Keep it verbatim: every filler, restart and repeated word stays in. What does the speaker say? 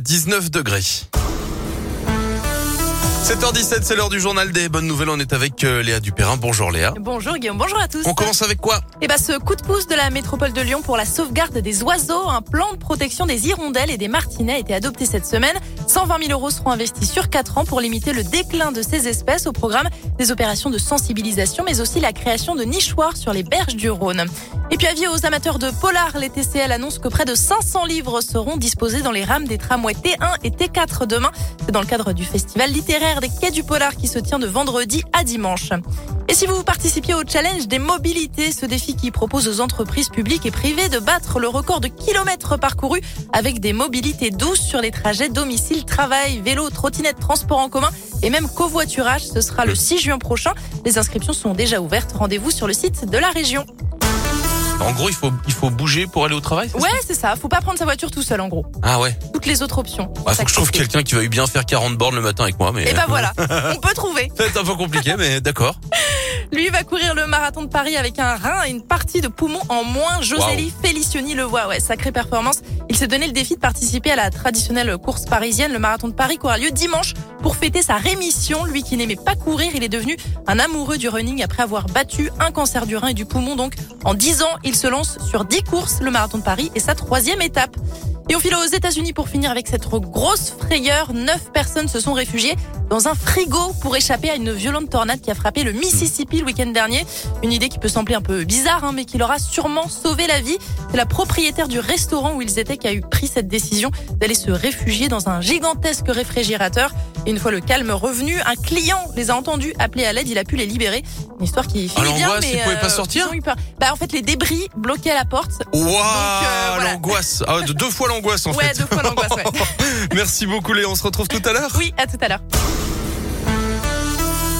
dix-neuf degrés. sept heures dix-sept, c'est l'heure du journal des bonnes nouvelles. On est avec euh, Léa Dupérin. Bonjour Léa. Bonjour Guillaume, bonjour à tous. On commence avec quoi? Eh ben, ce coup de pouce de la métropole de Lyon pour la sauvegarde des oiseaux, un plan de protection des hirondelles et des martinets a été adopté cette semaine. cent vingt mille euros seront investis sur quatre ans pour limiter le déclin de ces espèces. Au programme, des opérations de sensibilisation, mais aussi la création de nichoirs sur les berges du Rhône. Et puis avis aux amateurs de polar, les T C L annoncent que près de cinq cents livres seront disposés dans les rames des tramways T un et T quatre demain. C'est dans le cadre du festival littéraire des Quais du Polar qui se tient de vendredi à dimanche. Et si vous participiez au challenge des mobilités, ce défi qui propose aux entreprises publiques et privées de battre le record de kilomètres parcourus avec des mobilités douces sur les trajets domicile, travail, vélo, trottinette, transport en commun et même covoiturage, ce sera le six juin prochain. Les inscriptions sont déjà ouvertes. Rendez-vous sur le site de la région. En gros, il faut, il faut bouger pour aller au travail, c'est Ouais, ça c'est ça. Faut pas prendre sa voiture tout seul, en gros. Ah ouais. Toutes les autres options. Bah, faut que je trouve quelqu'un qui veuille bien faire quarante bornes le matin avec moi, mais. Et ben voilà. On peut trouver. C'est un peu compliqué, mais d'accord. Lui va courir le marathon de Paris avec un rein et une partie de poumon en moins. Josélie wow. Felicioni le voit. Ouais, sacrée performance. Il s'est donné le défi de participer à la traditionnelle course parisienne, le marathon de Paris, qui aura lieu dimanche pour fêter sa rémission. Lui qui n'aimait pas courir, il est devenu un amoureux du running après avoir battu un cancer du rein et du poumon. Donc, en dix ans, il se lance sur dix courses. Le marathon de Paris est sa troisième étape. Et on file aux États-Unis pour finir avec cette grosse frayeur. Neuf personnes se sont réfugiées dans un frigo pour échapper à une violente tornade qui a frappé le Mississippi le week-end dernier. Une idée qui peut sembler un peu bizarre, hein, mais qui leur a sûrement sauvé la vie. C'est la propriétaire du restaurant où ils étaient qui a eu pris cette décision d'aller se réfugier dans un gigantesque réfrigérateur. Et une fois le calme revenu, un client les a entendus appeler à l'aide. Il a pu les libérer. Une histoire qui finit ah, bien, mais ils pouvaient euh, pas sortir. Ils ont eu peur. Bah en fait les débris bloquaient la porte. Waouh, euh, voilà. L'angoisse. Ah, de deux fois l'angoisse en ouais, fait. Ouais, deux fois l'angoisse. Ouais. Merci beaucoup Léa. On se retrouve tout à l'heure. Oui, à tout à l'heure.